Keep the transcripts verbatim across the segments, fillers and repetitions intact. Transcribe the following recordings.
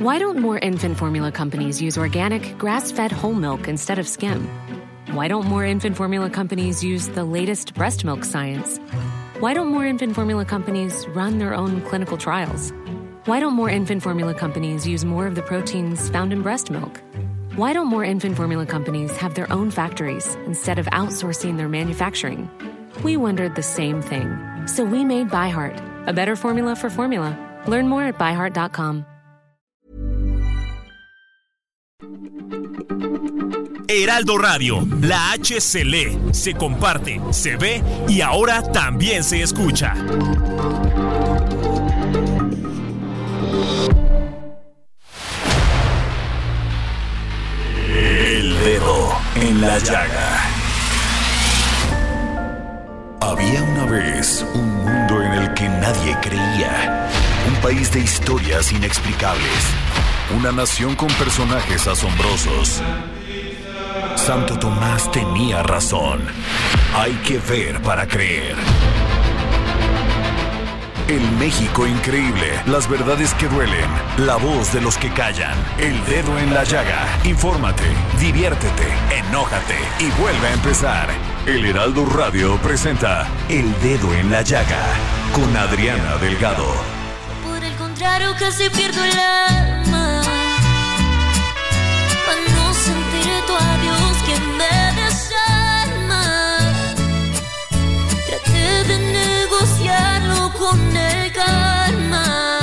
Why don't more infant formula companies use organic, grass-fed whole milk instead of skim? Why don't more infant formula companies use the latest breast milk science? Why don't more infant formula companies run their own clinical trials? Why don't more infant formula companies use more of the proteins found in breast milk? Why don't more infant formula companies have their own factories instead of outsourcing their manufacturing? We wondered the same thing. So we made ByHeart, a better formula for formula. Learn more at by heart dot com. Heraldo Radio, la H se lee, se comparte, se ve y ahora también se escucha. El dedo en la llaga. Había una vez un mundo en el que nadie creía. Un país de historias inexplicables. Una nación con personajes asombrosos. Santo Tomás tenía razón. Hay que ver para creer. El México increíble, las verdades que duelen, la voz de los que callan, el dedo en la llaga. Infórmate, diviértete, enójate y vuelve a empezar. El Heraldo Radio presenta El Dedo en la Llaga con Adriana Delgado. Por el contrario, casi pierdo el alma para no sentir tu adiós que me desarma. Traté de negociarlo con el karma.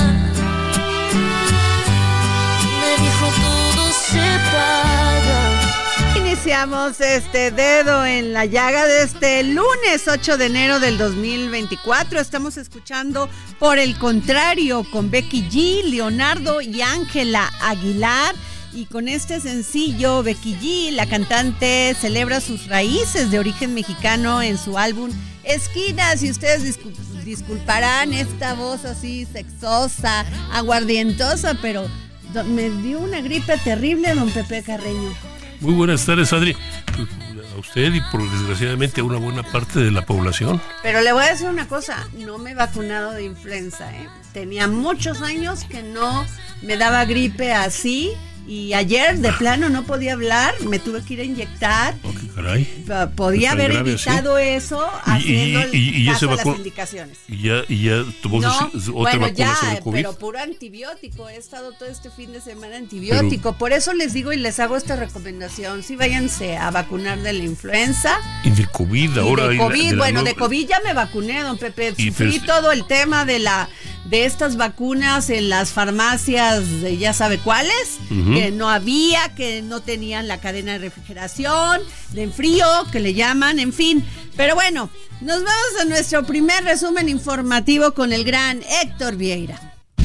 Me dijo todo se paga. Iniciamos este dedo en la llaga de este lunes ocho de enero del dos mil veinticuatro. Estamos escuchando Por el Contrario con Becky G, Leonardo y Ángela Aguilar. Y con este sencillo, Becky G, la cantante, celebra sus raíces de origen mexicano en su álbum Esquinas. Y ustedes discul- disculparán esta voz así sexosa, aguardientosa, pero do- me dio una gripe terrible, don Pepe Carreño. Muy buenas tardes, Adri. A usted y por desgraciadamente a una buena parte de la población. Pero le voy a decir una cosa, no me he vacunado de influenza, ¿eh? Tenía muchos años que no me daba gripe así. Y ayer de plano no podía hablar, me tuve que ir a inyectar. Oh, qué caray. P- podía haber grave, evitado ¿sí? eso Y- haciendo y- y- y caso ese a las vacu- indicaciones. Y ya, y ya tomó No, su- su- otra bueno, vacuna ya, sobre COVID. pero puro antibiótico. He estado todo este fin de semana antibiótico. Pero, por eso les digo y les hago esta recomendación. Sí, váyanse a vacunar de la influenza. Y de COVID ahora. Y de y la- COVID, de la bueno, no- de COVID ya me vacuné, don Pepe. Y Sufrí pues- todo el tema de la de estas vacunas en las farmacias, de ya sabe cuáles, Ujú. que no había, que no tenían la cadena de refrigeración, de enfrío, que le llaman, en fin. Pero bueno, nos vamos a nuestro primer resumen informativo con el gran Héctor Vieira.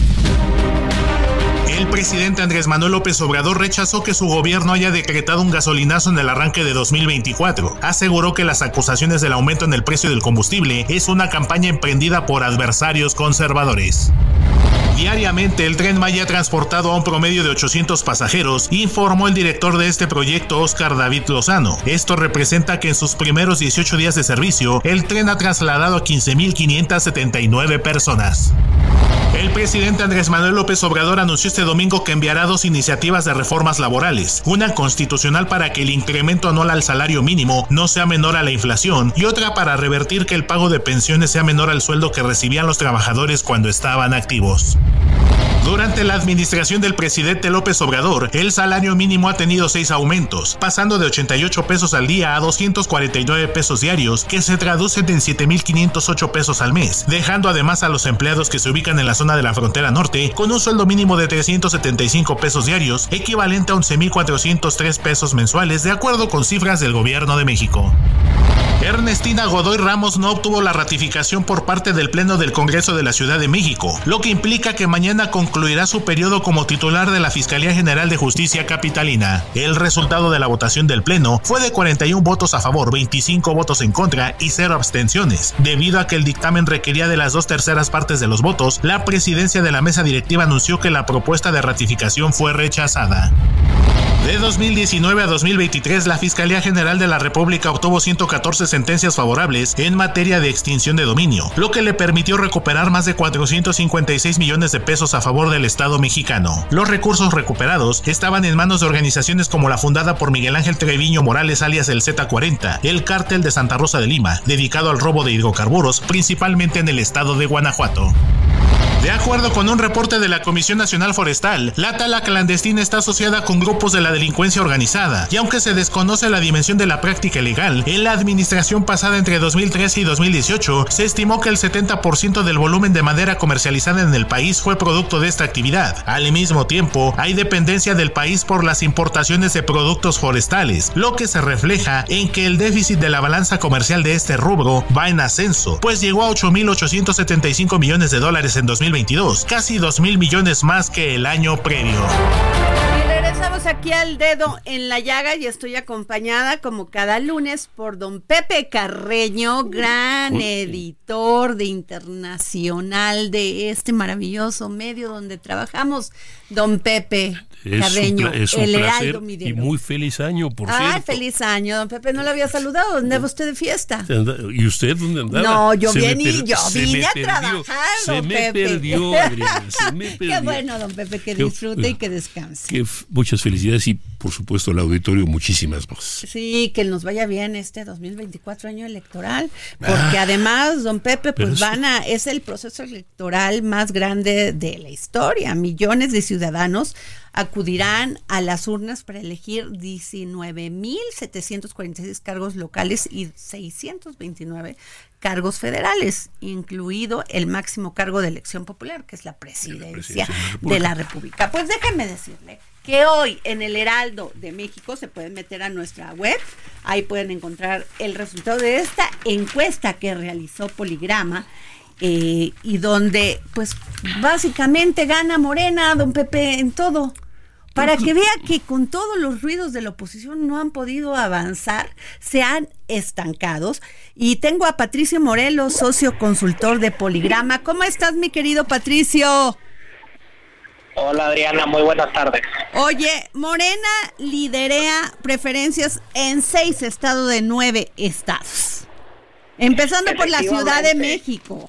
El presidente Andrés Manuel López Obrador rechazó que su gobierno haya decretado un gasolinazo en el arranque de dos mil veinticuatro. Aseguró que las acusaciones del aumento en el precio del combustible es una campaña emprendida por adversarios conservadores. Diariamente el Tren Maya ha transportado a un promedio de ochocientos pasajeros, informó el director de este proyecto, Óscar David Lozano. Esto representa que en sus primeros dieciocho días de servicio, el tren ha trasladado a quince mil quinientas setenta y nueve personas. El presidente Andrés Manuel López Obrador anunció este domingo que enviará dos iniciativas de reformas laborales, una constitucional para que el incremento anual al salario mínimo no sea menor a la inflación y otra para revertir que el pago de pensiones sea menor al sueldo que recibían los trabajadores cuando estaban activos. Durante la administración del presidente López Obrador, el salario mínimo ha tenido seis aumentos, pasando de ochenta y ocho pesos al día a doscientos cuarenta y nueve pesos diarios, que se traducen en siete mil quinientos ocho pesos al mes, dejando además a los empleados que se ubican en la zona de la frontera norte con un sueldo mínimo de trescientos setenta y cinco pesos diarios, equivalente a once mil cuatrocientos tres pesos mensuales, de acuerdo con cifras del Gobierno de México. Ernestina Godoy Ramos no obtuvo la ratificación por parte del Pleno del Congreso de la Ciudad de México, lo que implica que mañana concluirá su periodo como titular de la Fiscalía General de Justicia Capitalina. El resultado de la votación del Pleno fue de cuarenta y uno votos a favor, veinticinco votos en contra y cero abstenciones. Debido a que el dictamen requería de las dos terceras partes de los votos, la presidencia de la mesa directiva anunció que la propuesta de ratificación fue rechazada. De dos mil diecinueve a dos mil veintitrés, la Fiscalía General de la República obtuvo ciento catorce sentencias favorables en materia de extinción de dominio, lo que le permitió recuperar más de cuatrocientos cincuenta y seis millones de pesos a favor del Estado mexicano. Los recursos recuperados estaban en manos de organizaciones como la fundada por Miguel Ángel Treviño Morales alias el Z cuarenta, el Cártel de Santa Rosa de Lima, dedicado al robo de hidrocarburos, principalmente en el estado de Guanajuato. De acuerdo con un reporte de la Comisión Nacional Forestal, la tala clandestina está asociada con grupos de la delincuencia organizada, y aunque se desconoce la dimensión de la práctica ilegal, en la administración pasada entre dos mil trece y dos mil dieciocho se estimó que el setenta por ciento del volumen de madera comercializada en el país fue producto de esta actividad. Al mismo tiempo, hay dependencia del país por las importaciones de productos forestales, lo que se refleja en que el déficit de la balanza comercial de este rubro va en ascenso, pues llegó a ocho mil ochocientos setenta y cinco millones de dólares en dos mil veintidós, casi dos mil millones más que el año previo. Y regresamos aquí al Dedo en la Llaga y estoy acompañada como cada lunes por don Pepe Carreño, gran editor de Internacional de este maravilloso medio donde trabajamos. Don Pepe es Carreño, un, es un el placer Heraldo Mi Dedo. Y muy feliz año, por Ay, cierto. feliz año, don Pepe, no lo había saludado. ¿Dónde andaba usted de fiesta? ¿Y usted dónde andaba? No, yo Se vine, per- yo se vine me a perdió, trabajar, Se don me Pepe. perdió, Adriana, se me perdió. Qué bueno, don Pepe, que Qué- disfrute y que descanse. Que f- muchas felicidades y, por supuesto, al auditorio, muchísimas más. Sí, que nos vaya bien este dos mil veinticuatro año electoral, porque además, don Pepe, pero pues eso- van a, es el proceso electoral más grande de la historia. Millones de ciudadanos acudirán a las urnas para elegir diecinueve mil setecientos cuarenta y seis cargos locales y seiscientos veintinueve cargos federales, incluido el máximo cargo de elección popular, que es la presidencia, presidencia de la República. de la República. Pues déjenme decirle que hoy en el Heraldo de México se pueden meter a nuestra web, ahí pueden encontrar el resultado de esta encuesta que realizó Poligrama, eh, y donde pues básicamente gana Morena, don Pepe, en todo. Para que vea que con todos los ruidos de la oposición no han podido avanzar, se han estancados. Y tengo a Patricio Morelos, socio consultor de Poligrama. ¿Cómo estás, mi querido Patricio? Hola Adriana, muy buenas tardes. Oye, Morena liderea preferencias en seis estados de nueve estados. Empezando por la Ciudad de México.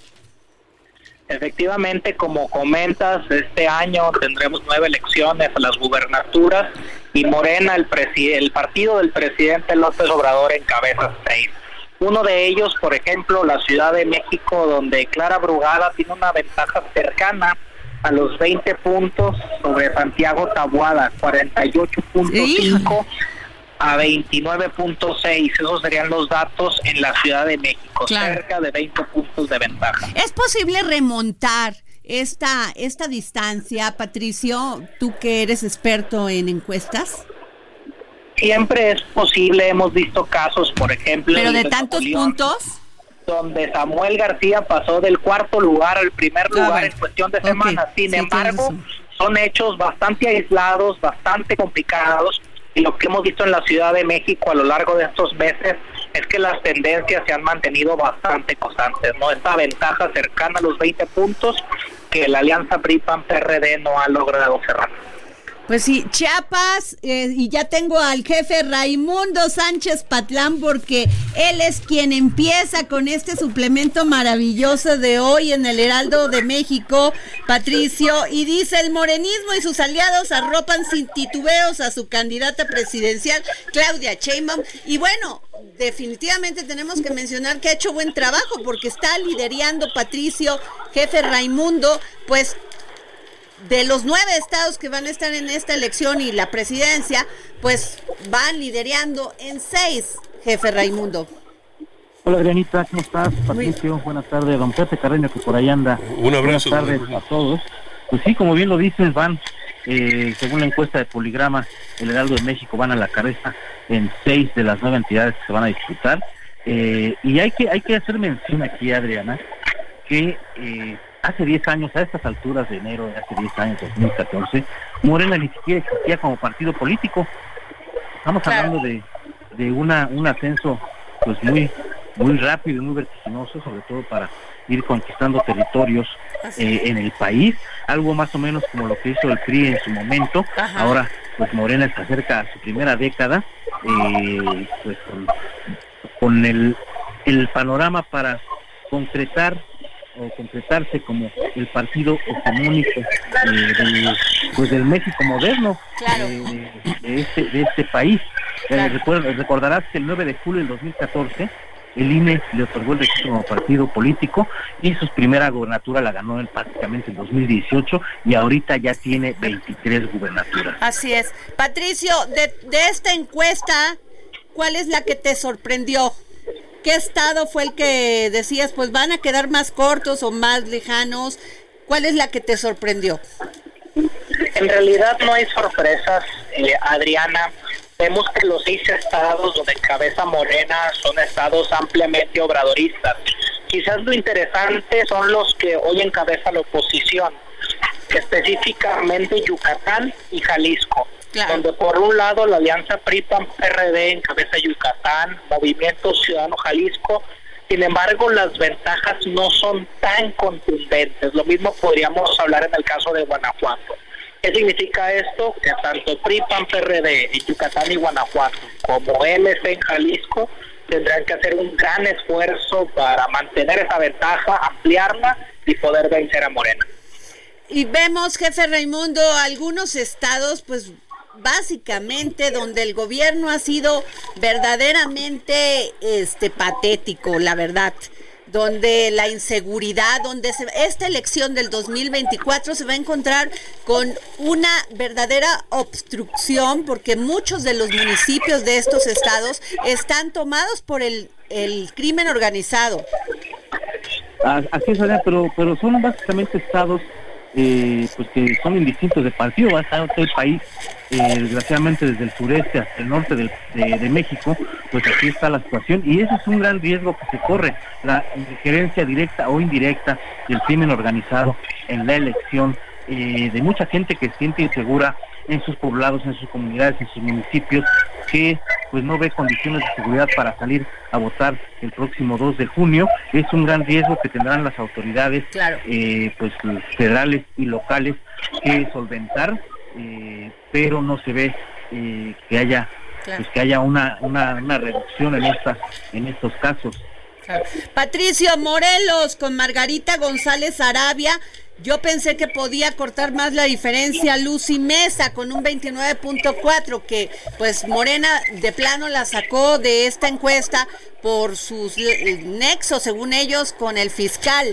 Efectivamente, como comentas, este año tendremos nueve elecciones a las gubernaturas y Morena, el, presi- el partido del presidente López Obrador, encabeza seis. Uno de ellos, por ejemplo, la Ciudad de México, donde Clara Brugada tiene una ventaja cercana a los veinte puntos sobre Santiago Taboada, cuarenta y ocho punto cinco a veintinueve punto seis. Esos serían los datos en la Ciudad de México, claro, cerca de veinte puntos de ventaja. ¿Es posible remontar esta, esta distancia, Patricio, tú que eres experto en encuestas? Siempre es posible, hemos visto casos, por ejemplo... ¿Pero de en tantos León, puntos? donde Samuel García pasó del cuarto lugar al primer lugar, ah, bueno, en cuestión de okay, semanas. Sin sí, embargo, son hechos bastante aislados, bastante complicados, y lo que hemos visto en la Ciudad de México a lo largo de estos meses es que las tendencias se han mantenido bastante constantes, ¿no? Esta ventaja cercana a los veinte puntos que la alianza P R I P A N P R D no ha logrado cerrar. Pues sí, Chiapas, eh, y ya tengo al jefe Raimundo Sánchez Patlán, porque él es quien empieza con este suplemento maravilloso de hoy en el Heraldo de México, Patricio, y dice: el morenismo y sus aliados arropan sin titubeos a su candidata presidencial, Claudia Sheinbaum, y bueno, definitivamente tenemos que mencionar que ha hecho buen trabajo, porque está liderando, Patricio, jefe Raimundo, pues de los nueve estados que van a estar en esta elección y la presidencia, pues van liderando en seis, jefe Raimundo. Hola Adrianita, ¿cómo estás? Patricio, Muy... buenas tardes, don Pepe Carreño, que por ahí anda. Un abrazo. Buenas tardes a todos. Pues sí, como bien lo dices, van, eh, según la encuesta de Poligrama, el Heraldo de México van a la cabeza en seis de las nueve entidades que se van a disputar. Eh, y hay que hay que hacer mención aquí, Adriana, que... Eh, hace diez años, a estas alturas de enero de hace diez años, dos mil catorce, Morena ni siquiera existía como partido político. Estamos claro. hablando de, de una un ascenso pues muy muy rápido y muy vertiginoso, sobre todo para ir conquistando territorios eh, en el país, algo más o menos como lo que hizo el P R I en su momento. Ajá. Ahora pues Morena se acerca a su primera década, eh, pues con, con el, el panorama para concretar o concretarse como el partido hegemónico eh, de, pues del México moderno, claro. eh, de, este, de este país. Claro. Eh, recuerda, recordarás que el nueve de julio del dos mil catorce el I N E le otorgó el registro como partido político y su primera gobernatura la ganó en prácticamente en dos mil dieciocho y ahorita ya tiene veintitrés gubernaturas. Así es. Patricio, de, de esta encuesta, ¿cuál es la que te sorprendió? ¿Qué estado fue el que decías, pues van a quedar más cortos o más lejanos? ¿Cuál es la que te sorprendió? En realidad no hay sorpresas, eh, Adriana. Vemos que los seis estados donde encabeza Morena son estados ampliamente obradoristas. Quizás lo interesante son los que hoy encabeza la oposición, específicamente Yucatán y Jalisco, claro. Donde por un lado la alianza P R I P A N P R D encabeza Yucatán, Movimiento Ciudadano Jalisco. Sin embargo, las ventajas no son tan contundentes. Lo mismo podríamos hablar en el caso de Guanajuato. ¿Qué significa esto? Que tanto P R I P A N P R D en Yucatán y Guanajuato como M C en Jalisco tendrán que hacer un gran esfuerzo para mantener esa ventaja, ampliarla y poder vencer a Morena. Y vemos, jefe Raimundo, algunos estados, pues básicamente donde el gobierno ha sido verdaderamente este patético, la verdad, donde la inseguridad, donde se, esta elección del dos mil veinticuatro se va a encontrar con una verdadera obstrucción, porque muchos de los municipios de estos estados están tomados por el, el crimen organizado. Así es, pero, pero son básicamente estados eh, pues que son indistintos de partido. Va a estar todo el país, eh, desgraciadamente desde el sureste hasta el norte del, de, de México, pues aquí está la situación y ese es un gran riesgo que se corre, la injerencia directa o indirecta del crimen organizado en la elección, eh, de mucha gente que se siente insegura en sus poblados, en sus comunidades, en sus municipios, que pues no ve condiciones de seguridad para salir a votar el próximo dos de junio. Es un gran riesgo que tendrán las autoridades, claro. eh, pues federales y locales que solventar, eh, pero no se ve eh, que haya claro. pues que haya una, una una reducción en estas en estos casos. Claro. Patricio, Morelos con Margarita González Arabia. Yo pensé que podía cortar más la diferencia Lucy Mesa con un veintinueve punto cuatro, que pues Morena de plano la sacó de esta encuesta por sus nexos, según ellos, con el fiscal.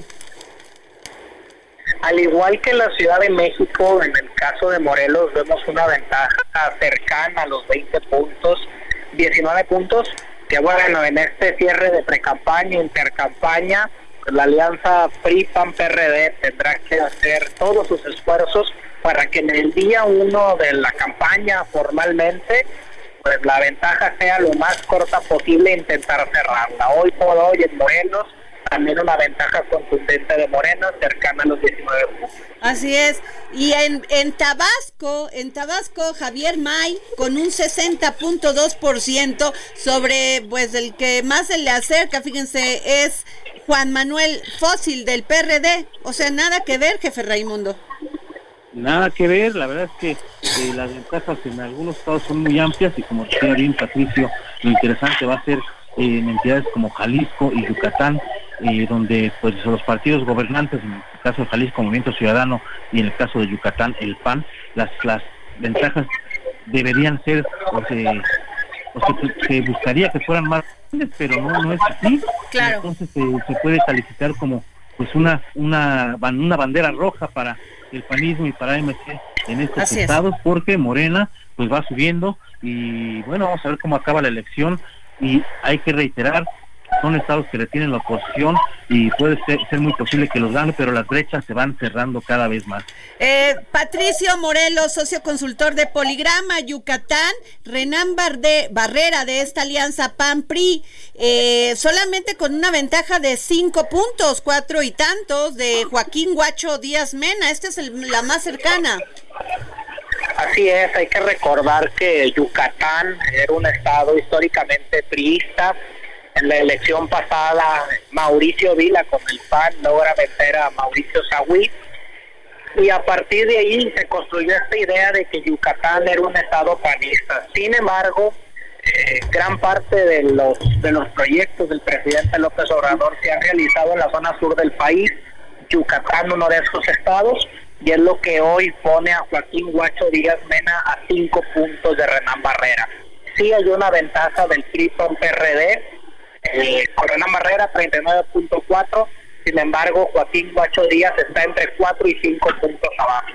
Al igual que en la Ciudad de México, en el caso de Morelos vemos una ventaja cercana a los veinte puntos, diecinueve puntos, que bueno, en este cierre de precampaña, intercampaña, la alianza P R I P A N P R D tendrá que hacer todos sus esfuerzos para que en el día uno de la campaña formalmente, pues la ventaja sea lo más corta posible e intentar cerrarla. Hoy por hoy en Morelos, también una ventaja contundente de Morena, cercana a los diecinueve puntos. Así es. Y en, en Tabasco, en Tabasco, Javier May, con un sesenta punto dos por ciento sobre, pues el que más se le acerca, fíjense, es Juan Manuel Fósil del P R D. O sea, nada que ver, jefe Raimundo. Nada que ver, la verdad es que eh, las ventajas en algunos estados son muy amplias y como decía bien Patricio, lo interesante va a ser eh, en entidades como Jalisco y Yucatán, eh, donde pues los partidos gobernantes, en el caso de Jalisco Movimiento Ciudadano y en el caso de Yucatán el P A N, las las ventajas deberían ser, o se, o se, se buscaría que fueran más grandes, pero no no es así. Claro. Entonces eh, se puede calificar como pues una una una bandera roja para el panismo y para M C en estos Así estados, es. Porque Morena pues va subiendo y bueno, vamos a ver cómo acaba la elección y hay que reiterar, son estados que retienen la oposición y puede ser, ser muy posible que los gane, pero las brechas se van cerrando cada vez más. Eh, Patricio Morelos, socio consultor de Poligrama, Yucatán, Renán Barde, Barrera de esta alianza P A N P R I, eh, solamente con una ventaja de cinco puntos, cuatro y tantos de Joaquín Guacho Díaz Mena. Esta es el, la más cercana. Así es, hay que recordar que Yucatán era un estado históricamente priista. En la elección pasada, Mauricio Vila con el P A N logra vencer a Mauricio Sahuí. y a partir de ahí se construyó esta idea de que Yucatán era un estado panista. Sin embargo, eh, gran parte de los de los proyectos del presidente López Obrador se han realizado en la zona sur del país, Yucatán uno de esos estados, y es lo que hoy pone a Joaquín Guacho Díaz Mena a cinco puntos de Renán Barrera. Sí hay una ventaja del P R I P A N P R D, eh, con Renán Barrera treinta y nueve punto cuatro, sin embargo Joaquín Guacho Díaz está entre cuatro y cinco puntos abajo.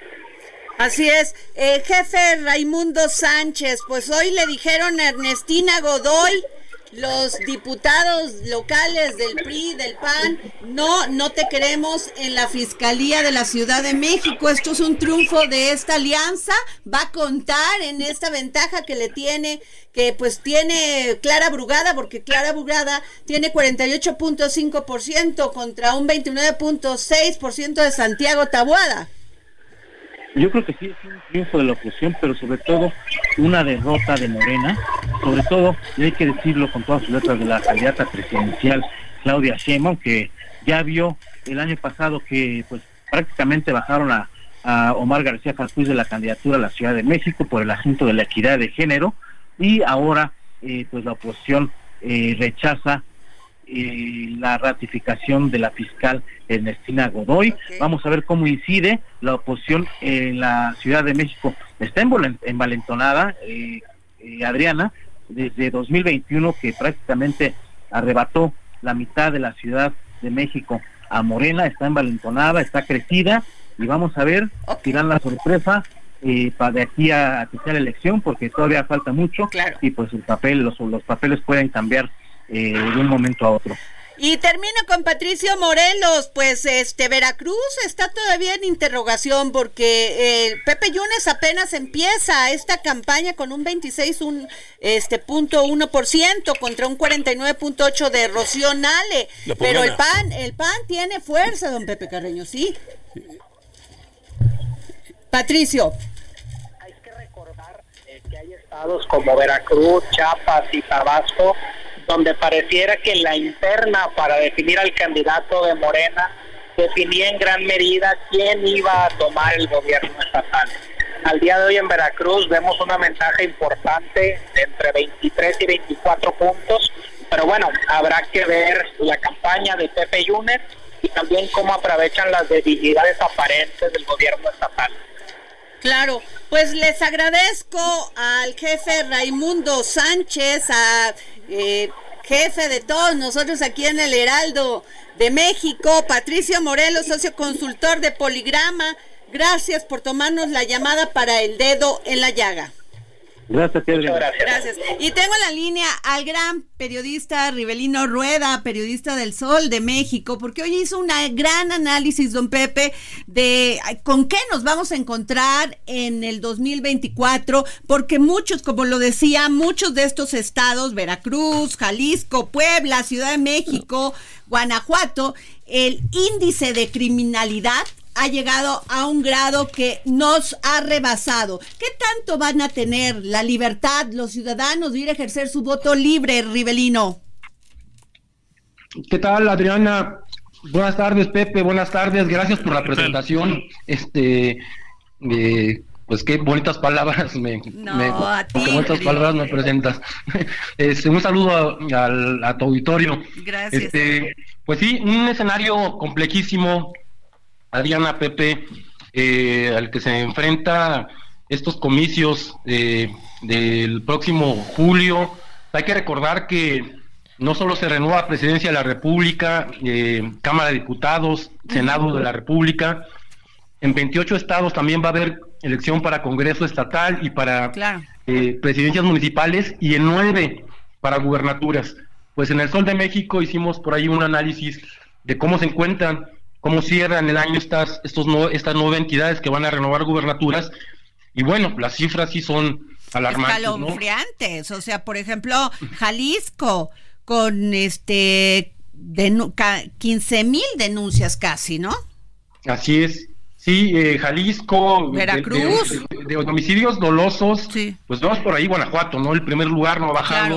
Así es, eh, jefe Raimundo Sánchez, pues hoy le dijeron a Ernestina Godoy, los diputados locales del P R I, del P A N, no, no te queremos en la Fiscalía de la Ciudad de México. Esto es un triunfo de esta alianza, va a contar en esta ventaja que le tiene, que pues tiene Clara Brugada, porque Clara Brugada tiene cuarenta y ocho punto cinco por ciento contra un veintinueve punto seis por ciento de Santiago Taboada. Yo creo que sí es un triunfo de la oposición, pero sobre todo una derrota de Morena, sobre todo, y hay que decirlo con todas sus letras, de la candidata presidencial Claudia Sheinbaum, que ya vio el año pasado que pues prácticamente bajaron a, a Omar García Harfuch de la candidatura a la Ciudad de México por el asunto de la equidad de género, y ahora eh, pues la oposición eh, rechaza eh, la ratificación de la fiscal Ernestina Godoy. Okay. Vamos a ver cómo incide la oposición en la Ciudad de México. Está envalentonada, eh, eh, Adriana, desde dos mil veintiuno, que prácticamente arrebató la mitad de la Ciudad de México a Morena. Está envalentonada, está crecida, y vamos a ver okay. si dan la sorpresa eh, para de aquí a, a que sea la elección, porque todavía falta mucho, claro. y pues el papel, los, los papeles pueden cambiar eh, de un momento a otro. Y termino con Patricio Morelos, pues este Veracruz está todavía en interrogación porque eh, Pepe Yunes apenas empieza esta campaña con un veintiséis un, este, punto uno por ciento contra un cuarenta y nueve punto ocho por ciento de Rocío Nale, pero el P A N, el P A N tiene fuerza, don Pepe Carreño, ¿sí? Patricio. Hay que recordar eh, que hay estados como Veracruz, Chiapas y Tabasco donde pareciera que la interna para definir al candidato de Morena definía en gran medida quién iba a tomar el gobierno estatal. Al día de hoy en Veracruz vemos una ventaja importante de entre veintitrés y veinticuatro puntos, pero bueno, habrá que ver la campaña de Pepe Yunes y también cómo aprovechan las debilidades aparentes del gobierno estatal. Claro, pues les agradezco al jefe Raimundo Sánchez, a eh, jefe de todos nosotros aquí en el Heraldo de México, Patricio Morelos, socio consultor de Poligrama. Gracias por tomarnos la llamada para El Dedo en la Llaga. Gracias, Pedro. Gracias. Gracias. Y tengo en la línea al gran periodista Rivelino Rueda, periodista del Sol de México, porque hoy hizo un gran análisis, don Pepe, de con qué nos vamos a encontrar en el dos mil veinticuatro, porque muchos, como lo decía, muchos de estos estados, Veracruz, Jalisco, Puebla, Ciudad de México, Guanajuato, el índice de criminalidad ha llegado a un grado que nos ha rebasado. ¿Qué tanto van a tener la libertad los ciudadanos de ir a ejercer su voto libre, Rivelino? ¿Qué tal, Adriana? Buenas tardes, Pepe, buenas tardes, gracias por la presentación. Este, eh, pues qué bonitas palabras me, no, me a ti, qué bonitas querido. palabras me presentas. Este, un saludo a, a, a tu auditorio. Gracias. Este, pues sí, un escenario complejísimo, Adriana, Pepe, eh, al que se enfrenta estos comicios eh, del próximo julio. Hay que recordar que no solo se renueva la Presidencia de la República, eh, Cámara de Diputados, Senado de la República. En veintiocho estados también va a haber elección para Congreso Estatal y para Claro. eh, presidencias municipales, y en nueve para gubernaturas. Pues en el Sol de México hicimos por ahí un análisis de cómo se encuentran, cómo cierran el año estas estos no, estas nueve entidades que van a renovar gubernaturas, y bueno, las cifras sí son alarmantes, ¿no? Escalofriantes, o sea, por ejemplo, Jalisco con este denu- quince mil denuncias casi, ¿no? Así es, sí, eh, Jalisco, Veracruz, de, de, de, de homicidios dolosos, sí. Pues vamos por ahí, Guanajuato, ¿no? El primer lugar no ha bajado, claro.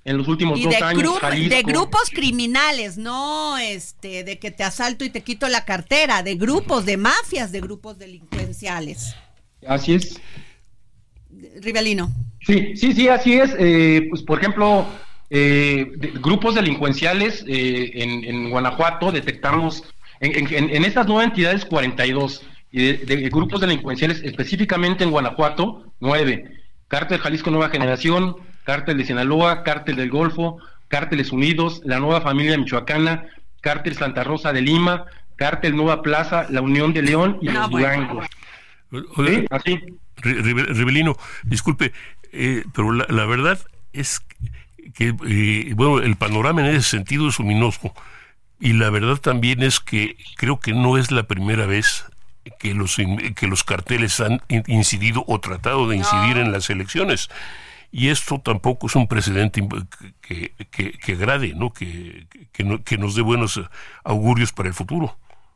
en los últimos y dos de años. gru- Jalisco, de grupos criminales, no este de que te asalto y te quito la cartera, de grupos, de mafias, de grupos delincuenciales. Así es. Rivelino. Sí, sí, sí, así es. Eh, pues, por ejemplo, eh, de, grupos delincuenciales eh, en, en Guanajuato detectamos, en, en, en estas nueve entidades, cuarenta y dos, y de, de grupos delincuenciales específicamente en Guanajuato, nueve. Cártel Jalisco Nueva Generación, Cártel de Sinaloa, Cártel del Golfo, Cárteles Unidos, la Nueva Familia Michoacana, Cártel Santa Rosa de Lima, Cártel Nueva Plaza, la Unión de León y No, los bueno. Durangos. Oiga, ¿Sí? Así. Rivelino, disculpe, eh, pero la, la verdad es que, eh, bueno, el panorama en ese sentido es luminoso, y la verdad también es que creo que no es la primera vez que los, que los carteles han incidido o tratado de incidir no. en las elecciones, y esto tampoco es un precedente que, que, que agrade, ¿no? Que, que, no, que nos dé buenos augurios para el futuro.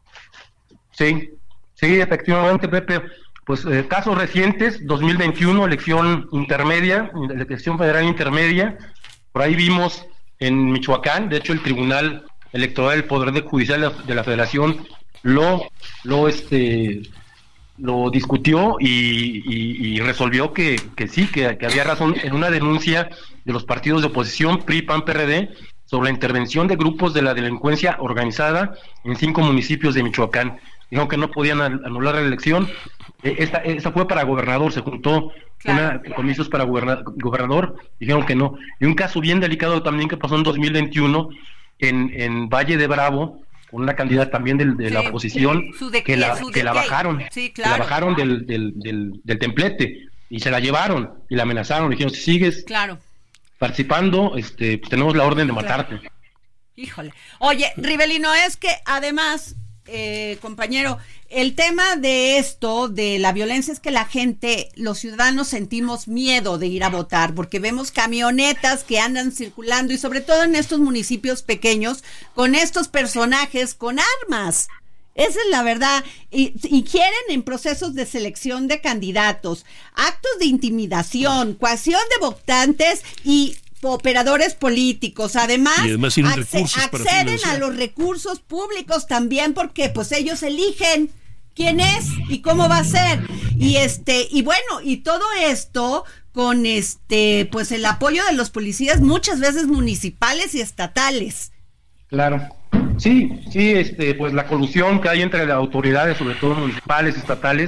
Sí, sí, efectivamente, Pepe. Pues eh, casos recientes, dos mil veintiuno, elección intermedia, elección federal intermedia, por ahí vimos en Michoacán, de hecho el Tribunal Electoral del Poder Judicial de la, de la Federación lo lo este lo discutió y, y, y resolvió que, que sí, que, que había razón en una denuncia de los partidos de oposición, P R I, P A N, P R D, sobre la intervención de grupos de la delincuencia organizada en cinco municipios de Michoacán. Dijeron que no podían anular la elección. Esta, esta fue para gobernador, se juntó claro. una comicios para goberna, gobernador, dijeron que no. Y un caso bien delicado también que pasó en dos mil veintiuno en, en Valle de Bravo, con una candidata también de, de sí, la oposición, de que, qué, la, que la bajaron, sí, claro. que la bajaron del, del, del, del templete y se la llevaron y la amenazaron, dijeron, si sigues claro. participando, este, pues tenemos la orden de matarte. Claro. Híjole. Oye, Rivelino, es que además... Eh, compañero, el tema de esto, de la violencia, es que la gente, los ciudadanos sentimos miedo de ir a votar, porque vemos camionetas que andan circulando y sobre todo en estos municipios pequeños, con estos personajes con armas. Esa es la verdad, y, y quieren en procesos de selección de candidatos, actos de intimidación, coacción de votantes y operadores políticos. Además, además acce- acceden a los recursos públicos también, porque pues ellos eligen quién es y cómo va a ser. Y este, y bueno, y todo esto con este, pues el apoyo de los policías, muchas veces municipales y estatales. Claro. Sí, sí, este, pues la colusión que hay entre las autoridades, sobre todo municipales, estatales,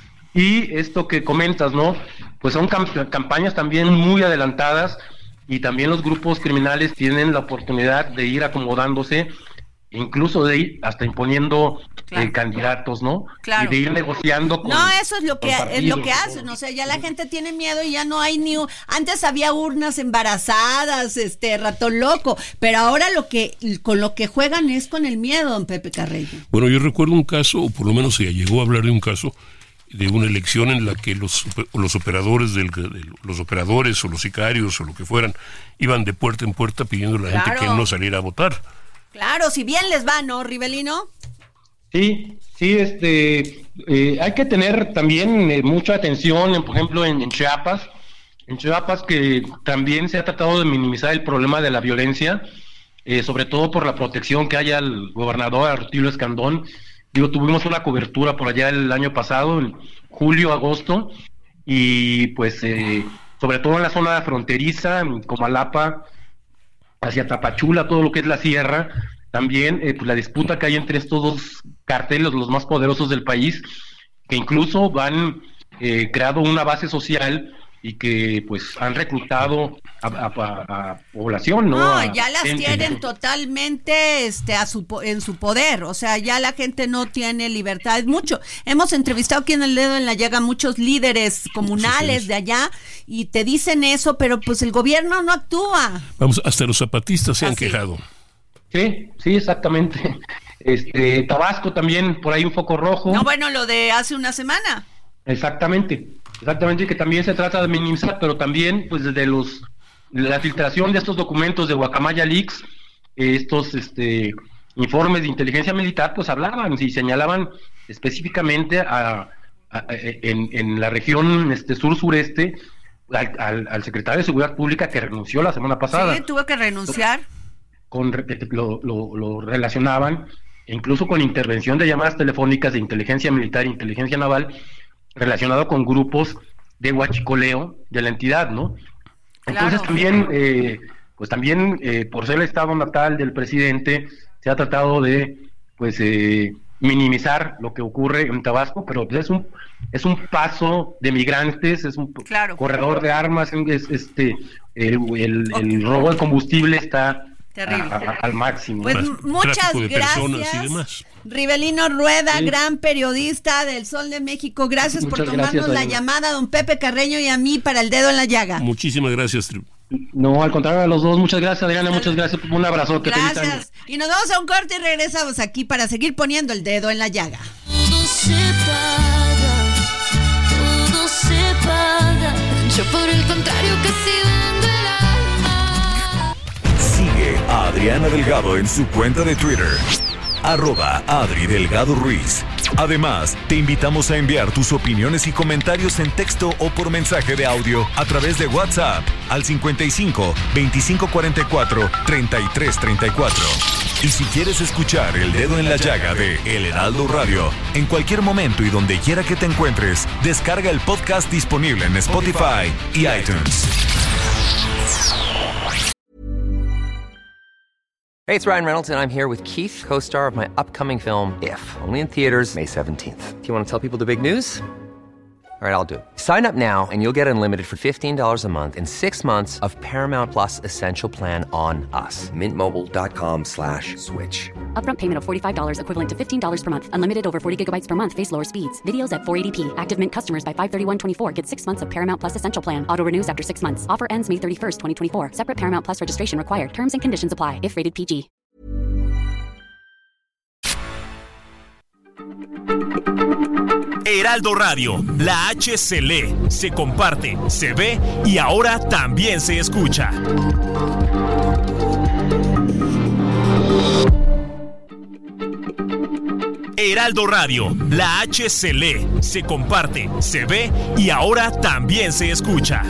y esto que comentas, ¿no? Pues son camp- campañas también muy adelantadas. Y también los grupos criminales tienen la oportunidad de ir acomodándose, incluso de ir hasta imponiendo claro. eh, candidatos, ¿no? Claro. Y de ir negociando con No, eso es lo que es lo que hacen, o sea, ya la gente tiene miedo y ya no hay ni... Antes había urnas embarazadas, este, ratón loco, pero ahora lo que con lo que juegan es con el miedo, don Pepe Carreño. Bueno, yo recuerdo un caso, o por lo menos se llegó a hablar de un caso, de una elección en la que los los operadores del de los operadores o los sicarios o lo que fueran iban de puerta en puerta pidiendo a la claro. gente que no saliera a votar. Claro, si bien les va, ¿no, Rivelino? Sí, sí, este, eh, hay que tener también eh, mucha atención, en, por ejemplo, en, en Chiapas, en Chiapas que también se ha tratado de minimizar el problema de la violencia, eh, sobre todo por la protección que hay al gobernador, a Rutilio Escandón. Digo, tuvimos una cobertura por allá el año pasado, en julio, agosto, y pues eh, sobre todo en la zona fronteriza, en Comalapa, hacia Tapachula, todo lo que es la sierra, también eh, pues la disputa que hay entre estos dos carteles, los más poderosos del país, que incluso han eh, creado una base social y que pues han reclutado a, a, a población, ¿no? No, a ya las gente, tienen ¿no? totalmente este a su en su poder, o sea, ya la gente no tiene libertad. Es mucho. Hemos entrevistado aquí en El Dedo en la Llaga muchos líderes comunales sí, sí. de allá y te dicen eso, pero pues el gobierno no actúa. Vamos, hasta los zapatistas se han Así. quejado. Sí, sí, exactamente. Este, Tabasco también, por ahí un foco rojo. No, bueno, lo de hace una semana. Exactamente. Exactamente, que también se trata de minimizar, pero también pues desde los la filtración de estos documentos de Guacamaya Leaks, eh, estos este informes de inteligencia militar, pues hablaban y señalaban específicamente a, a, a en, en la región este sur sureste al, al, al secretario de Seguridad Pública que renunció la semana pasada. Sí, tuvo que renunciar. Con, lo, lo, lo relacionaban, incluso con intervención de llamadas telefónicas de inteligencia militar e inteligencia naval, relacionado con grupos de huachicoleo de la entidad, ¿no? Entonces claro. también, eh, pues también, eh, por ser el estado natal del presidente, se ha tratado de, pues, eh, minimizar lo que ocurre en Tabasco, pero es un es un paso de migrantes, es un claro. corredor de armas, es, este el, el, okay. el robo de combustible está terrible. A, a, al máximo. Pues muchas gracias, Rivelino Rueda, sí. gran periodista del Sol de México. Gracias muchas por tomarnos gracias, la llamada a don Pepe Carreño y a mí para el dedo en la llaga. Muchísimas gracias. No, al contrario, a los dos, muchas gracias, Adriana, muchas gracias, un abrazo. Gracias, y nos vamos a un corte y regresamos aquí para seguir poniendo el dedo en la llaga. Todo se paga, todo se paga, yo por el contrario casi vendo el alma. Sigue a Adriana Delgado en su cuenta de Twitter, arroba Adri Delgado Ruiz. Además, te invitamos a enviar tus opiniones y comentarios en texto o por mensaje de audio a través de WhatsApp al cincuenta y cinco, veinticinco cuarenta y cuatro, treinta y tres treinta y cuatro. Y si quieres escuchar El Dedo en la Llaga de El Heraldo Radio, en cualquier momento y donde quiera que te encuentres, descarga el podcast disponible en Spotify y iTunes. Hey, it's Ryan Reynolds, and I'm here with Keith, co-star of my upcoming film, If, only in theaters May seventeenth. Do you want to tell people the big news? All right, I'll do it. Sign up now and you'll get unlimited for fifteen dollars a month and six months of Paramount Plus Essential Plan on us. Mint Mobile dot com slash switch. Upfront payment of forty-five dollars equivalent to fifteen dollars per month. Unlimited over forty gigabytes per month. Face lower speeds. Videos at four eighty p. Active Mint customers by five thirty-one twenty-four get six months of Paramount Plus Essential Plan. Auto renews after six months. Offer ends May thirty-first, twenty twenty-four. Separate Paramount Plus registration required. Terms and conditions apply if rated P G. Heraldo Radio, la H se lee, se comparte, se ve y ahora también se escucha. Heraldo Radio, la H se lee, se comparte, se ve y ahora también se escucha.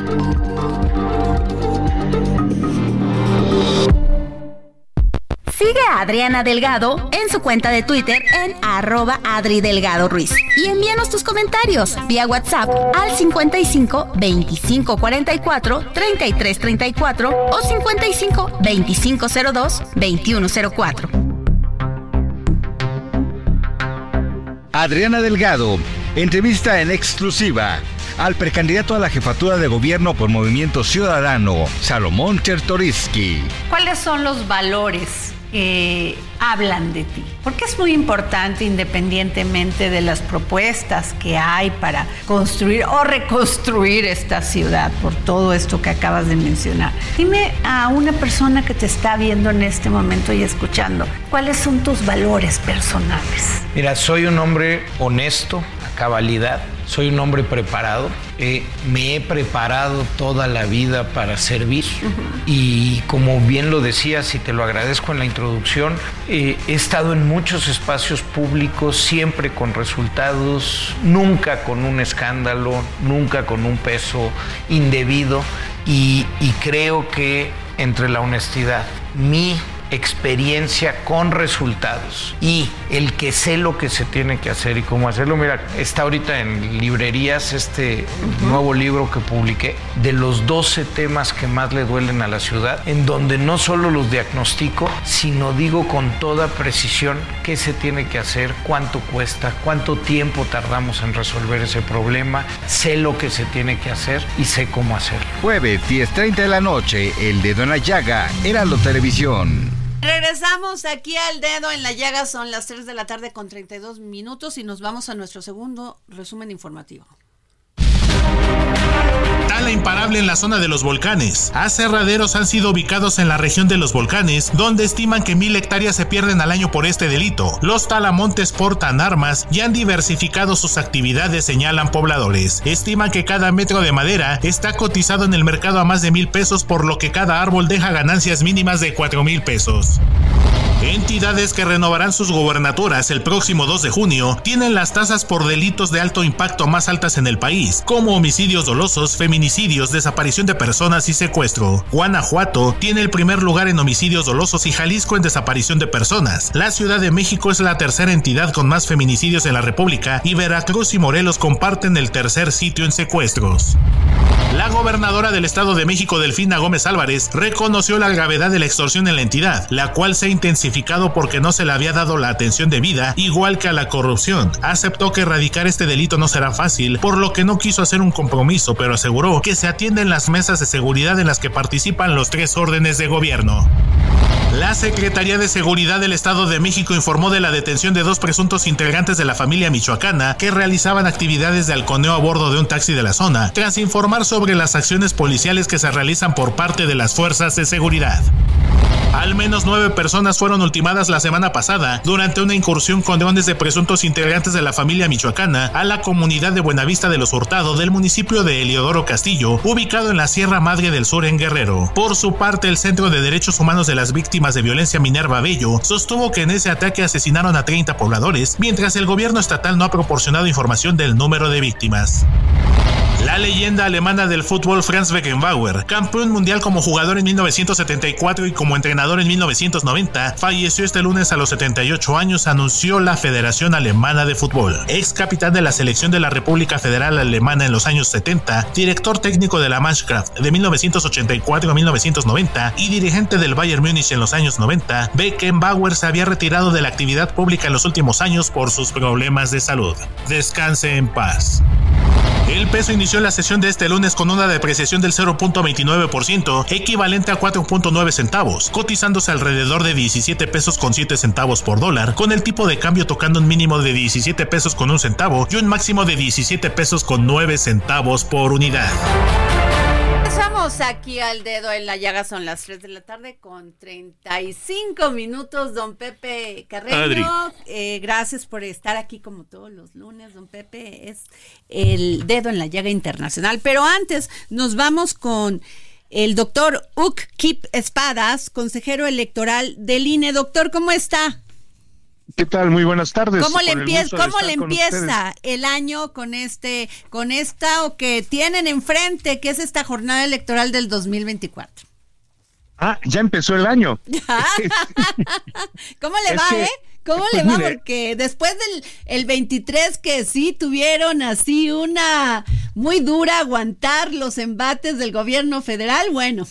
Sigue a Adriana Delgado en su cuenta de Twitter en arroba Adri Delgado Ruiz. Y envíanos tus comentarios vía WhatsApp al cincuenta y cinco, veinticinco cuarenta y cuatro, treinta y tres treinta y cuatro o cincuenta y cinco, veinticinco cero dos, veintiuno cero cuatro. Adriana Delgado entrevista en exclusiva al precandidato a la jefatura de gobierno por Movimiento Ciudadano, Salomón Chertorivsky. ¿Cuáles son los valores que hablan de ti? Porque es muy importante, independientemente de las propuestas que hay para construir o reconstruir esta ciudad, por todo esto que acabas de mencionar. Dime a una persona que te está viendo en este momento y escuchando, ¿cuáles son tus valores personales? Mira, soy un hombre honesto, a cabalidad. Soy un hombre preparado, eh, me he preparado toda la vida para servir uh-huh. y como bien lo decías y te lo agradezco en la introducción, eh, he estado en muchos espacios públicos, siempre con resultados, nunca con un escándalo, nunca con un peso indebido y, y creo que entre la honestidad, mi experiencia con resultados y el que sé lo que se tiene que hacer y cómo hacerlo. Mira, está ahorita en librerías este uh-huh. nuevo libro que publiqué de los doce temas que más le duelen a la ciudad, en donde no solo los diagnostico, sino digo con toda precisión qué se tiene que hacer, cuánto cuesta, cuánto tiempo tardamos en resolver ese problema, sé lo que se tiene que hacer y sé cómo hacerlo. Jueves, diez treinta de la noche, El Dedo en la Llaga, Heraldo Televisión. Regresamos aquí al Dedo en la Llaga, son las tres de la tarde con treinta y dos minutos y nos vamos a nuestro segundo resumen informativo. Tala imparable en la zona de los volcanes. Aserraderos han sido ubicados en la región de los volcanes, donde estiman que mil hectáreas se pierden al año por este delito. Los talamontes portan armas y han diversificado sus actividades, señalan pobladores. Estiman que cada metro de madera está cotizado en el mercado a más de mil pesos, por lo que cada árbol deja ganancias mínimas de cuatro mil pesos. Entidades que renovarán sus gubernaturas el próximo dos de junio tienen las tasas por delitos de alto impacto más altas en el país, como homicidios dolosos, feminicidios, desaparición de personas y secuestro. Guanajuato tiene el primer lugar en homicidios dolosos y Jalisco en desaparición de personas. La Ciudad de México es la tercera entidad con más feminicidios en la República y Veracruz y Morelos comparten el tercer sitio en secuestros. La gobernadora del Estado de México, Delfina Gómez Álvarez, reconoció la gravedad de la extorsión en la entidad, la cual se ha intensificado porque no se le había dado la atención debida, igual que a la corrupción. Aceptó que erradicar este delito no será fácil, por lo que no quiso hacer un compromiso, pero aseguró que se atienden las mesas de seguridad en las que participan los tres órdenes de gobierno. La Secretaría de Seguridad del Estado de México informó de la detención de dos presuntos integrantes de la familia michoacana que realizaban actividades de halconeo a bordo de un taxi de la zona, tras informar sobre las acciones policiales que se realizan por parte de las fuerzas de seguridad. Al menos nueve personas fueron ultimadas la semana pasada durante una incursión con drones de presuntos integrantes de la familia michoacana a la comunidad de Buenavista de los Hurtado del municipio de Heliodoro Castillo, ubicado en la Sierra Madre del Sur en Guerrero. Por su parte, el Centro de Derechos Humanos de las Víctimas de Violencia Minerva Bello sostuvo que en ese ataque asesinaron a treinta pobladores, mientras el gobierno estatal no ha proporcionado información del número de víctimas. La leyenda alemana del fútbol Franz Beckenbauer, campeón mundial como jugador en mil novecientos setenta y cuatro y como entrenador en mil novecientos noventa, falleció este lunes a los setenta y ocho años, anunció la Federación Alemana de Fútbol. Ex capitán de la selección de la República Federal Alemana en los años setenta, director técnico de la Mannschaft de mil novecientos ochenta y cuatro a mil novecientos noventa y dirigente del Bayern Múnich en los años noventa, Beckenbauer se había retirado de la actividad pública en los últimos años por sus problemas de salud. Descanse en paz. El peso inició la sesión de este lunes con una depreciación del cero punto veintinueve por ciento, equivalente a cuatro punto nueve centavos, cotizándose alrededor de diecisiete pesos con siete centavos por dólar, con el tipo de cambio tocando un mínimo de diecisiete pesos con un centavo y un máximo de diecisiete pesos con nueve centavos por unidad. Empezamos aquí al dedo en la llaga, son las tres de la tarde con treinta y cinco minutos, don Pepe Carreño, eh, gracias por estar aquí como todos los lunes, don Pepe, es el dedo en la llaga internacional, pero antes nos vamos con el doctor Uk Kip Espadas, consejero electoral del I N E. Doctor, ¿cómo está? ¿Qué tal? Muy buenas tardes. ¿Cómo le empieza, cómo le empieza el año con este, con esta o que tienen enfrente, que es esta jornada electoral del dos mil veinticuatro? Ah, ya empezó el año. ¿Cómo le es va, que, eh? ¿Cómo pues le va? Mire, porque después del el veintitrés que sí tuvieron así una muy dura aguantar los embates del gobierno federal, bueno.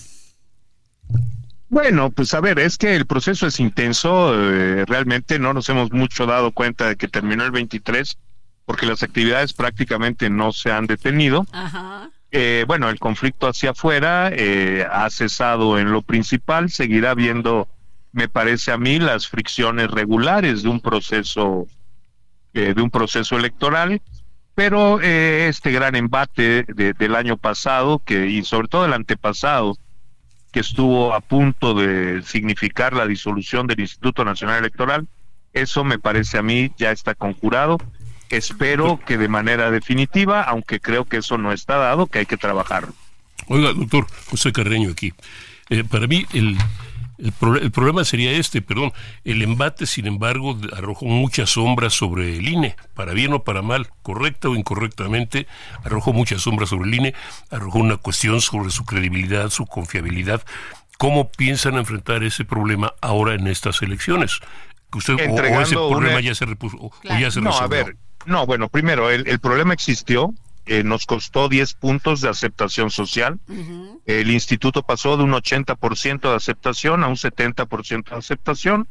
Bueno, pues a ver, es que el proceso es intenso, eh, realmente no nos hemos mucho dado cuenta de que terminó el veintitrés, porque las actividades prácticamente no se han detenido. Ajá. Eh, bueno, el conflicto hacia afuera eh, ha cesado en lo principal, seguirá habiendo, me parece a mí, las fricciones regulares de un proceso, eh, de un proceso electoral, pero eh, este gran embate de, del año pasado, que y sobre todo el antepasado, que estuvo a punto de significar la disolución del Instituto Nacional Electoral, eso me parece a mí ya está conjurado. Espero que de manera definitiva, aunque creo que eso no está dado, que hay que trabajarlo. Oiga, doctor José Carreño aquí. Eh, para mí el, el, pro, el problema sería este, perdón, el embate, sin embargo, arrojó muchas sombras sobre el I N E, para bien o para mal, correcta o incorrectamente, arrojó muchas sombras sobre el I N E, arrojó una cuestión sobre su credibilidad, su confiabilidad. ¿Cómo piensan enfrentar ese problema ahora en estas elecciones? Que usted, o, o ese problema una... ya se repuso, o, claro. o ya se no, resolvió. A ver, no, bueno, primero, el, el problema existió, eh, nos costó diez puntos de aceptación social. Uh-huh. El instituto pasó de un ochenta por ciento de aceptación a un setenta por ciento de aceptación.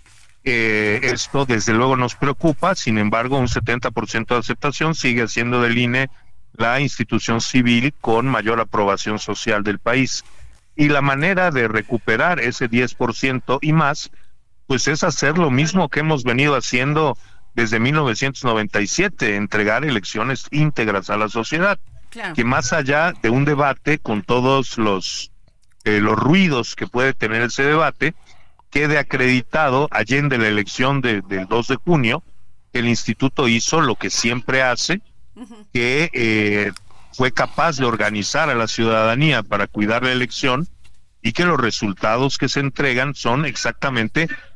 Eh, esto desde luego nos preocupa, sin embargo, un setenta por ciento de aceptación sigue siendo del I N E la institución civil con mayor aprobación social del país. Y la manera de recuperar ese diez por ciento y más, pues es hacer lo mismo que hemos venido haciendo desde mil novecientos noventa y siete, entregar elecciones íntegras a la sociedad, claro. Que más allá de un debate con todos los eh, los ruidos que puede tener ese debate, quede acreditado, allende la elección de, del dos de junio, que el instituto hizo lo que siempre hace, uh-huh. que eh, fue capaz de organizar a la ciudadanía para cuidar la elección y que los resultados que se entregan son exactamente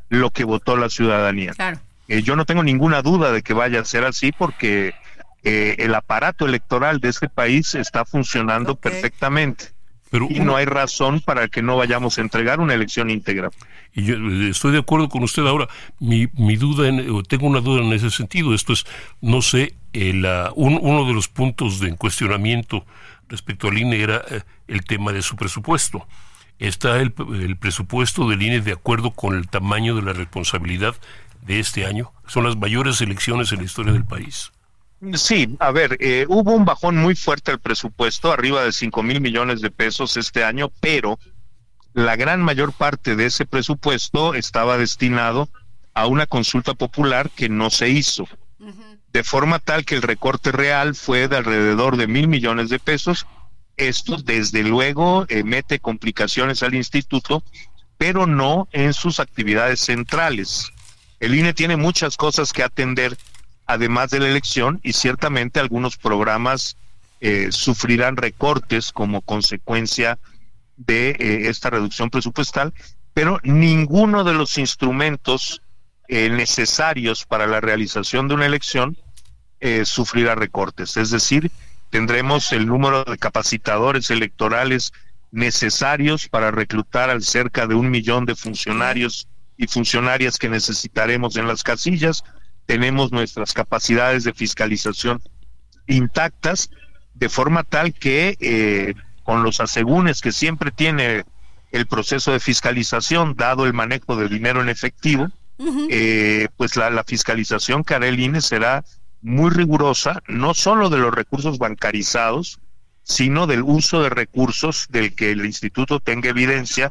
lo que votó la ciudadanía. Claro. Eh, yo no tengo ninguna duda de que vaya a ser así porque eh, el aparato electoral de este país está funcionando okay. perfectamente. Pero y uno, no hay razón para que no vayamos a entregar una elección íntegra. Y yo estoy de acuerdo con usted. Ahora, mi, mi duda, en, tengo una duda en ese sentido. Esto es, no sé, el, uh, un, uno de los puntos de cuestionamiento respecto al I N E era uh, el tema de su presupuesto. ¿Está el, el presupuesto del I N E de acuerdo con el tamaño de la responsabilidad de este año? Son las mayores elecciones en la historia del país. Sí, a ver, eh, hubo un bajón muy fuerte al presupuesto, arriba de cinco mil millones de pesos este año, pero la gran mayor parte de ese presupuesto estaba destinado a una consulta popular que no se hizo, uh-huh. de forma tal que el recorte real fue de alrededor de mil millones de pesos. Esto, desde luego, eh, mete complicaciones al instituto, pero no en sus actividades centrales. El I N E tiene muchas cosas que atender además de la elección, y ciertamente algunos programas eh, sufrirán recortes como consecuencia de eh, esta reducción presupuestal, pero ninguno de los instrumentos eh, necesarios para la realización de una elección eh, sufrirá recortes. Es decir, tendremos el número de capacitadores electorales necesarios para reclutar al cerca de un millón de funcionarios y funcionarias que necesitaremos en las casillas. Tenemos nuestras capacidades de fiscalización intactas, de forma tal que eh, con los asegúnes que siempre tiene el proceso de fiscalización, dado el manejo de dinero en efectivo, uh-huh. eh, pues la, la fiscalización que hará el I N E será muy rigurosa, no solo de los recursos bancarizados, sino del uso de recursos del que el instituto tenga evidencia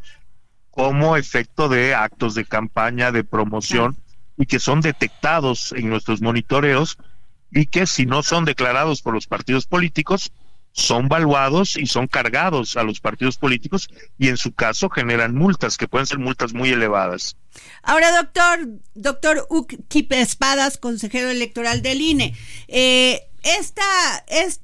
como efecto de actos de campaña, de promoción, uh-huh. y que son detectados en nuestros monitoreos y que si no son declarados por los partidos políticos, son valuados y son cargados a los partidos políticos y en su caso generan multas, que pueden ser multas muy elevadas. Ahora, doctor, doctor Ucquip Espadas, consejero electoral del I N E, eh, esta,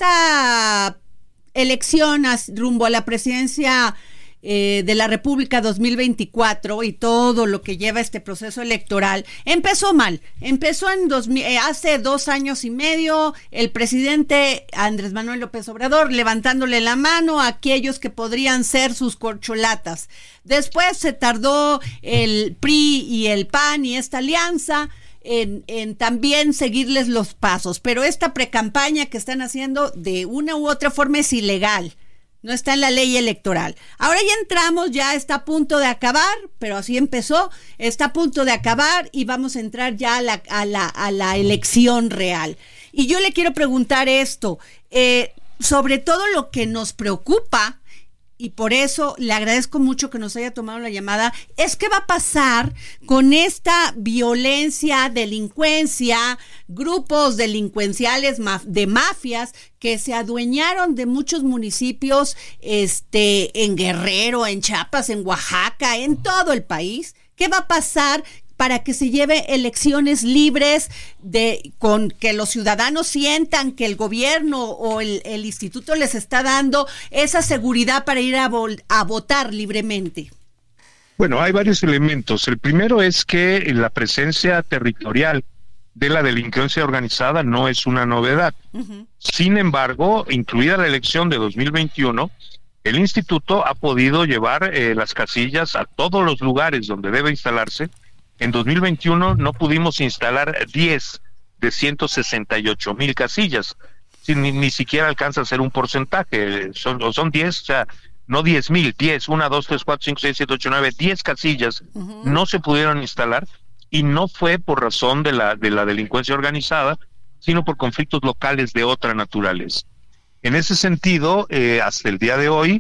esta elección rumbo a la presidencia Eh, de la República dos mil veinticuatro y todo lo que lleva este proceso electoral empezó mal, empezó en dos mil, eh, hace dos años y medio el presidente Andrés Manuel López Obrador levantándole la mano a aquellos que podrían ser sus corcholatas. Después se tardó el P R I y el P A N y esta alianza En, en también seguirles los pasos, pero esta precampaña que están haciendo de una u otra forma es ilegal. No está en la ley electoral. Ahora ya entramos, ya está a punto de acabar, pero así empezó, está a punto de acabar y vamos a entrar ya a la, a la, a la elección real. Y yo le quiero preguntar esto, eh, sobre todo lo que nos preocupa, y por eso le agradezco mucho que nos haya tomado la llamada, es qué va a pasar con esta violencia, delincuencia, grupos delincuenciales de mafias que se adueñaron de muchos municipios este, en Guerrero, en Chiapas, en Oaxaca, en todo el país. ¿Qué va a pasar para que se lleve elecciones libres, de con que los ciudadanos sientan que el gobierno o el, el instituto les está dando esa seguridad para ir a, vol, a votar libremente? Bueno, hay varios elementos. El primero es que la presencia territorial de la delincuencia organizada no es una novedad. Uh-huh. Sin embargo, incluida la elección de dos mil veintiuno, el instituto ha podido llevar eh, las casillas a todos los lugares donde debe instalarse. En dos mil veintiuno no pudimos instalar diez de ciento sesenta y ocho mil casillas. Si, ni, ni siquiera alcanza a ser un porcentaje. Son, son diez, o sea, no diez mil, diez, uno, dos, tres, cuatro, cinco, seis, siete, ocho, nueve, diez casillas uh-huh. no se pudieron instalar y no fue por razón de la, de la delincuencia organizada, sino por conflictos locales de otra naturaleza. En ese sentido, eh, hasta el día de hoy,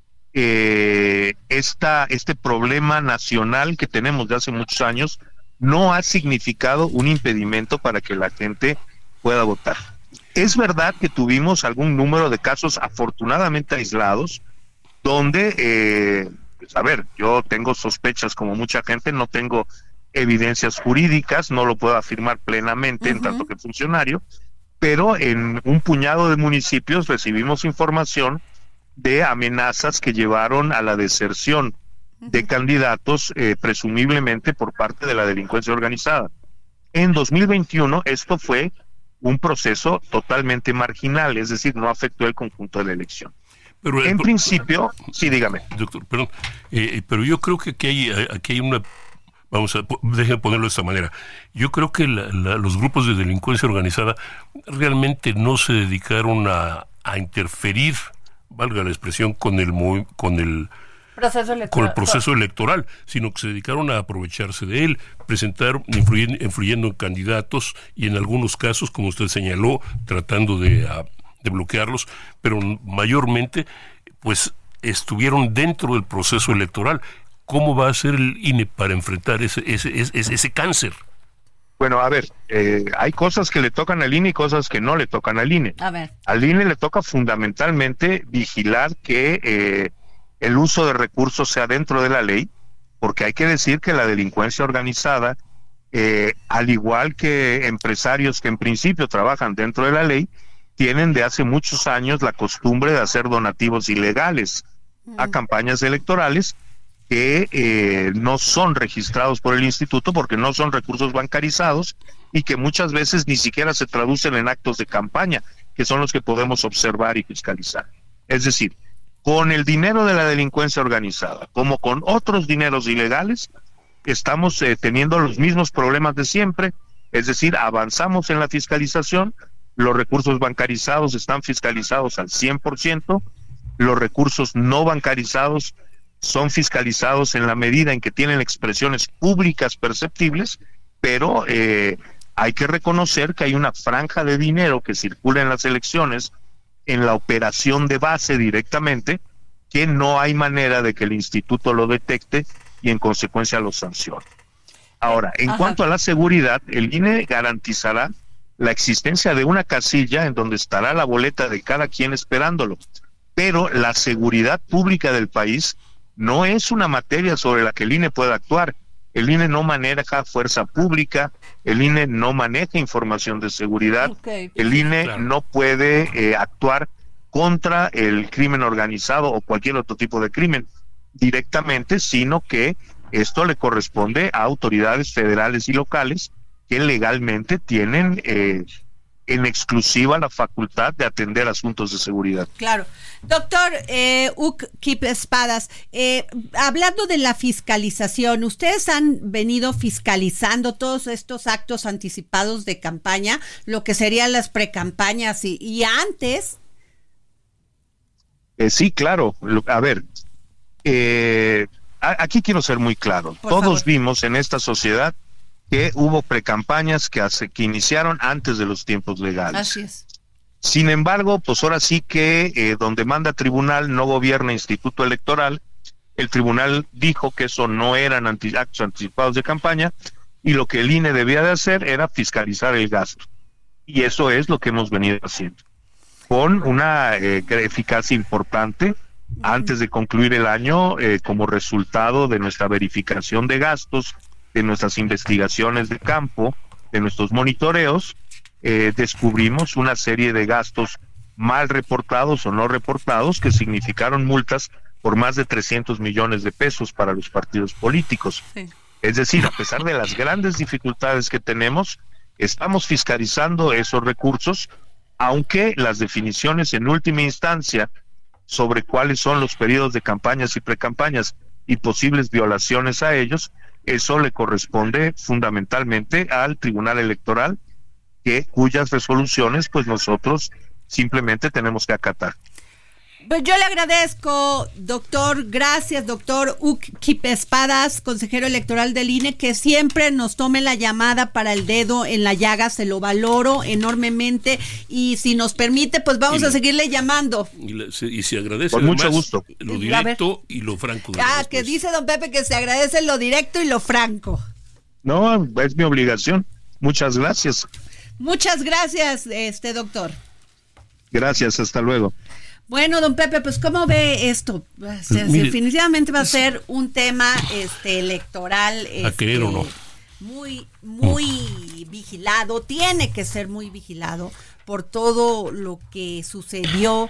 Eh, esta, este problema nacional que tenemos de hace muchos años no ha significado un impedimento para que la gente pueda votar. Es verdad que tuvimos algún número de casos afortunadamente aislados donde, eh, pues a ver, yo tengo sospechas como mucha gente, no tengo evidencias jurídicas, no lo puedo afirmar plenamente uh-huh. en tanto que funcionario, pero en un puñado de municipios recibimos información de amenazas que llevaron a la deserción de candidatos eh, presumiblemente por parte de la delincuencia organizada. En dos mil veintiuno esto fue un proceso totalmente marginal, es decir, no afectó el conjunto de la elección. Pero, en pero, principio, sí, dígame. Doctor, perdón, eh, pero yo creo que aquí hay, aquí hay una... Vamos a, déjenme ponerlo de esta manera. Yo creo que la, la, los grupos de delincuencia organizada realmente no se dedicaron a, a interferir, valga la expresión, con el con el proceso electoral, con el proceso electoral, sino que se dedicaron a aprovecharse de él, presentar, influyendo, influyendo en candidatos y en algunos casos, como usted señaló, tratando de, a, de bloquearlos, pero mayormente, pues, estuvieron dentro del proceso electoral. ¿Cómo va a ser el I N E para enfrentar ese ese ese, ese cáncer? Bueno, a ver, eh, hay cosas que le tocan al I N E y cosas que no le tocan al I N E. A ver. Al I N E le toca fundamentalmente vigilar que eh, el uso de recursos sea dentro de la ley, porque hay que decir que la delincuencia organizada, eh, al igual que empresarios que en principio trabajan dentro de la ley, tienen de hace muchos años la costumbre de hacer donativos ilegales mm. a campañas electorales, que eh, no son registrados por el instituto porque no son recursos bancarizados y que muchas veces ni siquiera se traducen en actos de campaña, que son los que podemos observar y fiscalizar. Es decir, con el dinero de la delincuencia organizada, como con otros dineros ilegales, estamos eh, teniendo los mismos problemas de siempre, es decir, avanzamos en la fiscalización, los recursos bancarizados están fiscalizados al cien por ciento, los recursos no bancarizados son fiscalizados en la medida en que tienen expresiones públicas perceptibles, pero eh, hay que reconocer que hay una franja de dinero que circula en las elecciones, en la operación de base directamente, que no hay manera de que el instituto lo detecte y en consecuencia lo sancione. Ahora, en Ajá. cuanto a la seguridad, el I N E garantizará la existencia de una casilla en donde estará la boleta de cada quien esperándolo, pero la seguridad pública del país no es una materia sobre la que el I N E pueda actuar. El I N E no maneja fuerza pública, el I N E no maneja información de seguridad, okay. el I N E claro. no puede eh, actuar contra el crimen organizado o cualquier otro tipo de crimen directamente, sino que esto le corresponde a autoridades federales y locales que legalmente tienen eh, en exclusiva la facultad de atender asuntos de seguridad. Claro. Doctor eh, Uc Kip Espadas, eh, hablando de la fiscalización, ustedes han venido fiscalizando todos estos actos anticipados de campaña, lo que serían las precampañas y, y antes. Eh, sí, claro. A ver, eh, aquí quiero ser muy claro. Por Todos favor. vimos en esta sociedad que hubo precampañas que, hace, que iniciaron antes de los tiempos legales. Así es. Sin embargo, pues ahora sí que eh, donde manda tribunal no gobierna instituto electoral. El tribunal dijo que eso no eran anti, actos anticipados de campaña y lo que el I N E debía de hacer era fiscalizar el gasto. Y eso es lo que hemos venido haciendo. Con una eh, eficacia importante uh-huh. antes de concluir el año eh, como resultado de nuestra verificación de gastos, de nuestras investigaciones de campo, de nuestros monitoreos, eh, descubrimos una serie de gastos mal reportados o no reportados que significaron multas por más de trescientos millones de pesos para los partidos políticos. Sí. Es decir, a pesar de las grandes dificultades que tenemos, estamos fiscalizando esos recursos, aunque las definiciones en última instancia sobre cuáles son los periodos de campañas y precampañas y posibles violaciones a ellos, eso le corresponde fundamentalmente al Tribunal Electoral, que cuyas resoluciones pues nosotros simplemente tenemos que acatar. Pues yo le agradezco, doctor, gracias, doctor Uc Kip Espadas, consejero electoral del I N E, que siempre nos tome la llamada para el dedo en la llaga, se lo valoro enormemente y si nos permite, pues vamos y a seguirle llamando. Y, le, se, y se agradece con mucho gusto lo directo y lo franco. Ah, que dice don Pepe que se agradece lo directo y lo franco. No, es mi obligación. Muchas gracias. Muchas gracias, este doctor. Gracias, hasta luego. Bueno, don Pepe, pues ¿cómo ve esto? O sea, Mire, definitivamente va a ser un tema este electoral este, a querer o no. muy, muy mm. vigilado, tiene que ser muy vigilado por todo lo que sucedió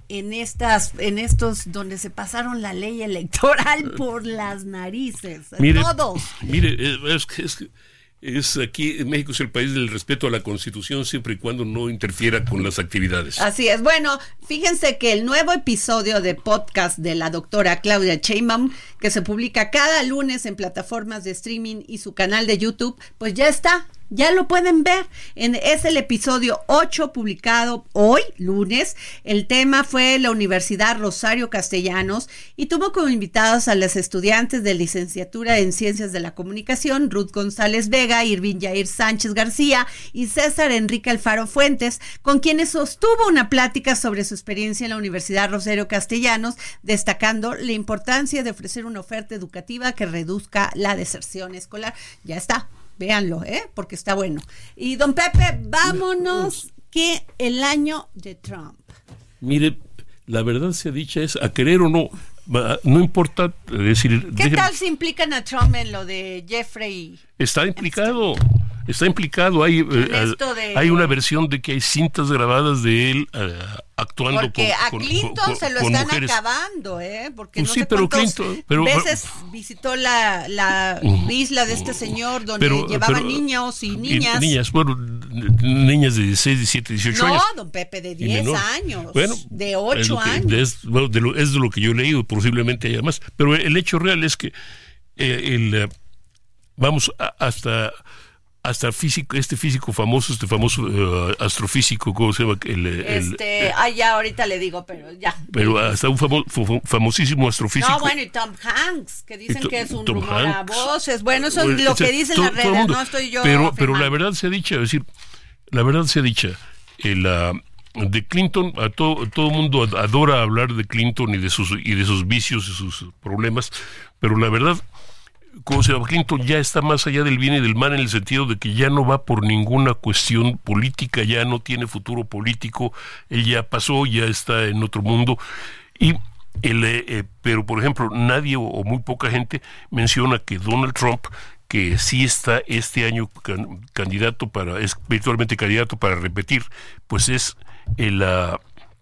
en estas, en estos donde se pasaron la ley electoral por las narices, mire, todos. Mire, es que es, es aquí en México es el país del respeto a la Constitución siempre y cuando no interfiera con las actividades. Así es. Bueno, fíjense que el nuevo episodio de podcast de la doctora Claudia Sheinbaum, que se publica cada lunes en plataformas de streaming y su canal de YouTube, pues ya está. Ya lo pueden ver, en, es el episodio ocho publicado hoy, lunes. El tema fue la Universidad Rosario Castellanos y tuvo como invitados a las estudiantes de licenciatura en Ciencias de la Comunicación, Ruth González Vega, Irving Yair Sánchez García y César Enrique Alfaro Fuentes, con quienes sostuvo una plática sobre su experiencia en la Universidad Rosario Castellanos, destacando la importancia de ofrecer una oferta educativa que reduzca la deserción escolar. Ya está. Véanlo, ¿eh? Porque está bueno. Y don Pepe, vámonos, que el año de Trump. Mire, la verdad sea dicha es, a querer o no, no importa decir... ¿Qué dejen, tal se implican a Trump en lo de Jeffrey? Está implicado, está implicado. Hay, eh, de, hay una versión de que hay cintas grabadas de él uh, actuando porque con, a Clinton con, se lo con están mujeres. acabando, ¿eh? Porque Pues no sí, sé pero cuántas Clinton, pero, veces visitó la, la isla de este señor donde pero, llevaba pero, niños y niñas. Y, niñas, bueno, niñas de dieciséis, diecisiete, dieciocho no, años. No, don Pepe, de diez años, bueno, de ocho es que, años. Es, bueno, de lo, es de lo que yo he leído, posiblemente haya más. Pero el hecho real es que eh, el, uh, vamos a, hasta... hasta físico, este físico famoso, este famoso uh, astrofísico, ¿cómo se llama? El, el, este, ah, ya ahorita le digo, pero ya. Pero hasta un famo, famosísimo astrofísico. No, bueno, y Tom Hanks, que dicen to, que es un Tom rumor Hanks. a voces. Bueno, eso es lo que dicen todo, las redes, no estoy yo Pero, afirmando. pero la verdad se ha dicho, es decir, la verdad se ha dicho, el, uh, de Clinton, a todo todo mundo adora hablar de Clinton y de sus y de sus vicios y sus problemas, pero la verdad, como se llama, Clinton ya está más allá del bien y del mal en el sentido de que ya no va por ninguna cuestión política, ya no tiene futuro político, él ya pasó, ya está en otro mundo. Y el, eh, pero por ejemplo, nadie o, o muy poca gente menciona que Donald Trump, que sí está este año can, candidato para, es virtualmente candidato para repetir, pues es el uh,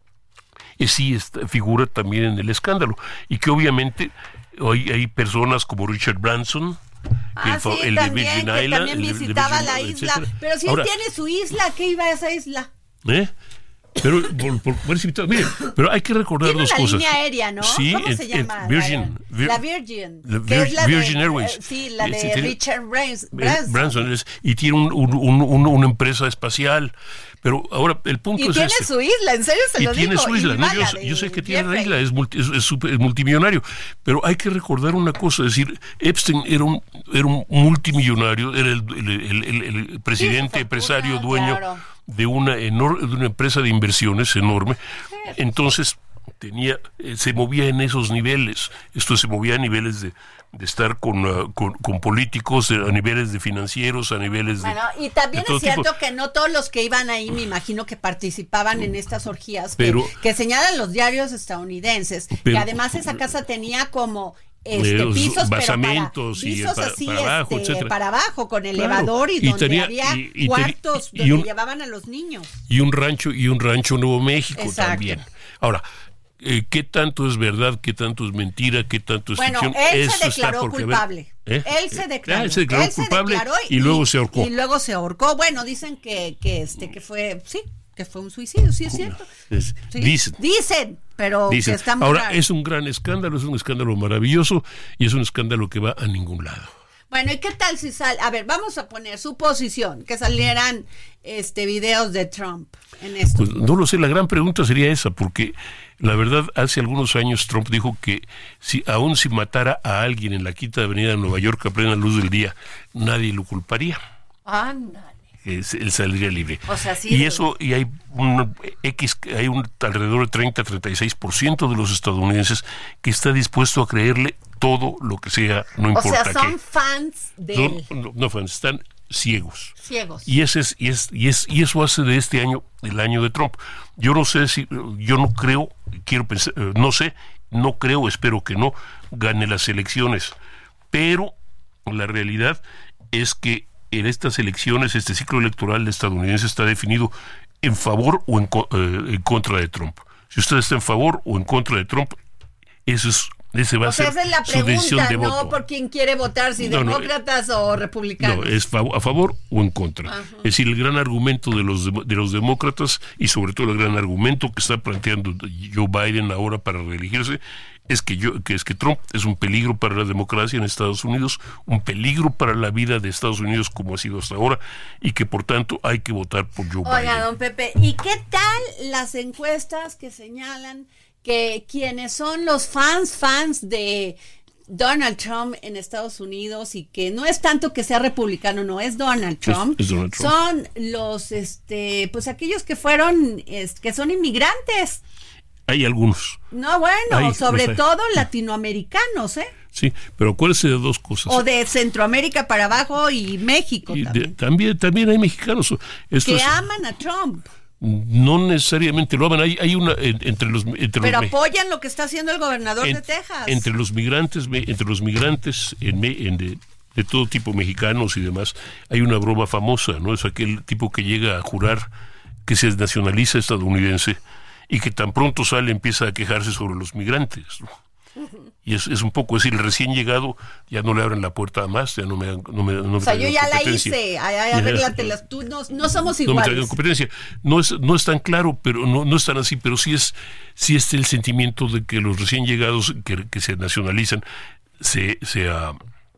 es, sí está, figura también en el escándalo, y que obviamente Hoy hay personas como Richard Branson, ah, el, sí, el también, de Virgin que Island, también el visitaba de Virgin, la isla, etcétera. pero si Ahora, él tiene su isla, ¿qué iba a esa isla? ¿Eh? Pero, por, por, por, mire, pero hay que recordar tiene dos una cosas. línea aérea, ¿no? Sí, ¿Cómo en, se llama? en Virgin, la, Vir, la Virgin. La que Vir, es la Virgin de, Airways. Eh, sí, la de sí, tiene, Richard Branson. Branson es, y tiene un, un, un, un, una empresa espacial. Pero ahora el punto y es tiene este. su isla, en serio se y lo digo. Y tiene su isla, ¿no? Yo, yo sé que tiene una isla, es, multi, es, es, super, es multimillonario, pero hay que recordar una cosa, es decir, Epstein era un, era un multimillonario, era el, el, el, el, el presidente, sí, empresario, fortuna, dueño claro. de, una enor, de una empresa de inversiones enorme, entonces tenía, se movía en esos niveles, esto se movía a niveles de de estar con, uh, con, con políticos, a niveles de financieros, a niveles de... Bueno, y también es cierto tipo. que no todos los que iban ahí, me imagino que participaban en estas orgías, pero, que, que señalan los diarios estadounidenses, pero, que además esa casa tenía como... Este, pisos, basamentos pero para, y pisos para, así, para abajo, este, etcétera. para abajo, con Claro. elevador y, y donde tenía, había y, y cuartos y donde un, llevaban a los niños. Y un rancho, y un rancho Nuevo México. Exacto. También. Ahora, Eh, ¿qué tanto es verdad? ¿Qué tanto es mentira? ¿Qué tanto es bueno, ficción? Él Eso se declaró está culpable. ¿Eh? Él se declaró. Ah, él se declaró él culpable se declaró y, y luego se ahorcó. Y luego se ahorcó. Bueno, dicen que, que este que fue, sí, que fue un suicidio, sí es cierto. Es, sí. Dicen. Dicen, pero dicen. que está muy Ahora, raro. es un gran escándalo, es un escándalo maravilloso y es un escándalo que va a ningún lado. Bueno, ¿y qué tal si sale? A ver, vamos a poner su posición, que salieran este videos de Trump en esto. Pues no lo sé, la gran pregunta sería esa, porque la verdad, hace algunos años Trump dijo que si aún si matara a alguien en la Quinta Avenida de Nueva York a plena luz del día, nadie lo culparía. Ándale. Él saldría libre. O sea, sí, y de... eso, y hay un X, hay un alrededor de treinta a treinta y seis por ciento de los estadounidenses que está dispuesto a creerle todo lo que sea, no importa qué. O sea, son qué. fans de son, él. No, no fans, están ciegos. Ciegos. Y ese es, y es, y es, y eso hace de este año el año de Trump. Yo no sé si, yo no creo, quiero pensar, no sé, no creo, espero que no gane las elecciones, pero la realidad es que en estas elecciones, este ciclo electoral estadounidense está definido en favor o en, eh, en contra de Trump. Si usted está en favor o en contra de Trump, eso es, ese va o a sea, ser esa es la su decisión pregunta, de no voto. por quién quiere votar, si No, no, demócratas o republicanos. No, es a favor o en contra. Ajá. Es decir, el gran argumento de los de los demócratas y sobre todo el gran argumento que está planteando Joe Biden ahora para reelegirse es que yo que es que Trump es un peligro para la democracia en Estados Unidos, un peligro para la vida de Estados Unidos como ha sido hasta ahora y que por tanto hay que votar por Joe Oiga, Biden. don Pepe, ¿y qué tal las encuestas que señalan que quienes son los fans, fans de Donald Trump en Estados Unidos y que no es tanto que sea republicano, no es Donald Trump, Es- es Donald Trump. son los, este, pues aquellos que fueron, es, que son inmigrantes? Hay algunos, No, bueno, Hay, sobre los hay. todo latinoamericanos, ¿eh? sí, pero acuérdese de dos cosas. O de Centroamérica para abajo y México Y de- también, también, también hay mexicanos. Esto que es- aman a Trump, no necesariamente lo aman. Hay, hay una en- entre los entre pero los me- apoyan lo que está haciendo el gobernador en- de Texas. entre los migrantes me- entre los migrantes en, me- en de, de todo tipo, mexicanos y demás, hay una broma famosa, ¿no? Es aquel tipo que llega a jurar que se nacionaliza estadounidense y que tan pronto sale empieza a quejarse sobre los migrantes, ¿no? Y es, es un poco decir, el recién llegado ya no le abren la puerta a más, ya no me dan, no me, no me O sea, yo traigan ya la competencia. hice, ay, ay, Ya. arréglatelas, tú no, no somos No me iguales. traigan competencia. No es, no es tan claro, pero no, no es tan así, pero sí es, sí es el sentimiento de que los recién llegados que, que se nacionalizan se, se ah,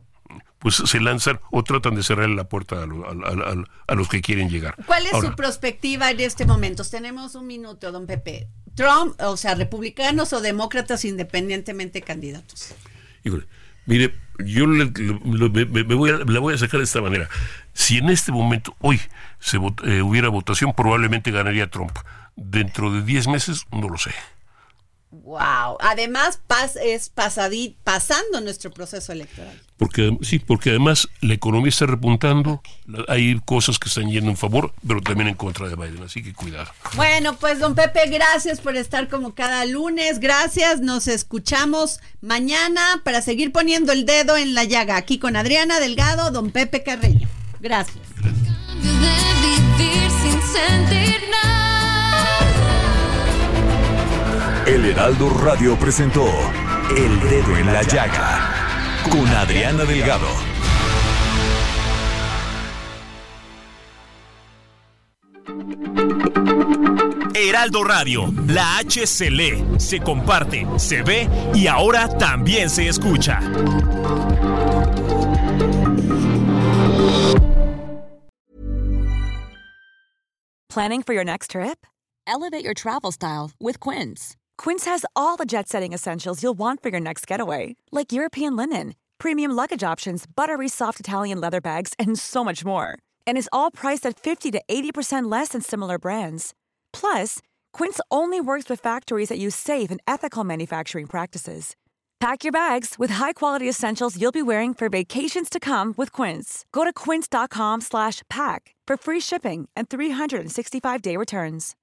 pues se lanzan o tratan de cerrar la puerta a, lo- a, a- a- a los que quieren llegar. ¿Cuál es Ahora, su perspectiva en este momento? Tenemos un minuto, don Pepe. Trump, o sea, republicanos o demócratas independientemente candidatos. híjole, mire, yo le, le- me, me voy a, la voy a sacar de esta manera. Si en este momento, hoy, se vot- eh, hubiera votación, probablemente ganaría Trump. Dentro de diez meses, no lo sé. Wow. Además, pas, es pasadí, pasando nuestro proceso electoral. Porque sí, porque además la economía está repuntando, la- hay cosas que están yendo en favor, pero también en contra de Biden, así que cuidado. Bueno, pues don Pepe, gracias por estar como cada lunes. Gracias, nos escuchamos mañana para seguir poniendo el dedo en la llaga. Aquí con Adriana Delgado, don Pepe Carreño. Gracias. De vivir sin sentir nada. El Heraldo Radio presentó El Dedo en la Llaga con Adriana Delgado. Heraldo Radio, la H se lee, se comparte, se ve y ahora también se escucha. Planning for your next trip? Elevate your travel style with Quince. Quince has all the jet-setting essentials you'll want for your next getaway, like European linen, premium luggage options, buttery soft Italian leather bags, and so much more. And is all priced at fifty to eighty percent less than similar brands. Plus, Quince only works with factories that use safe and ethical manufacturing practices. Pack your bags with high-quality essentials you'll be wearing for vacations to come with Quince. Go to quince.com slash pack for free shipping and three sixty-five day returns.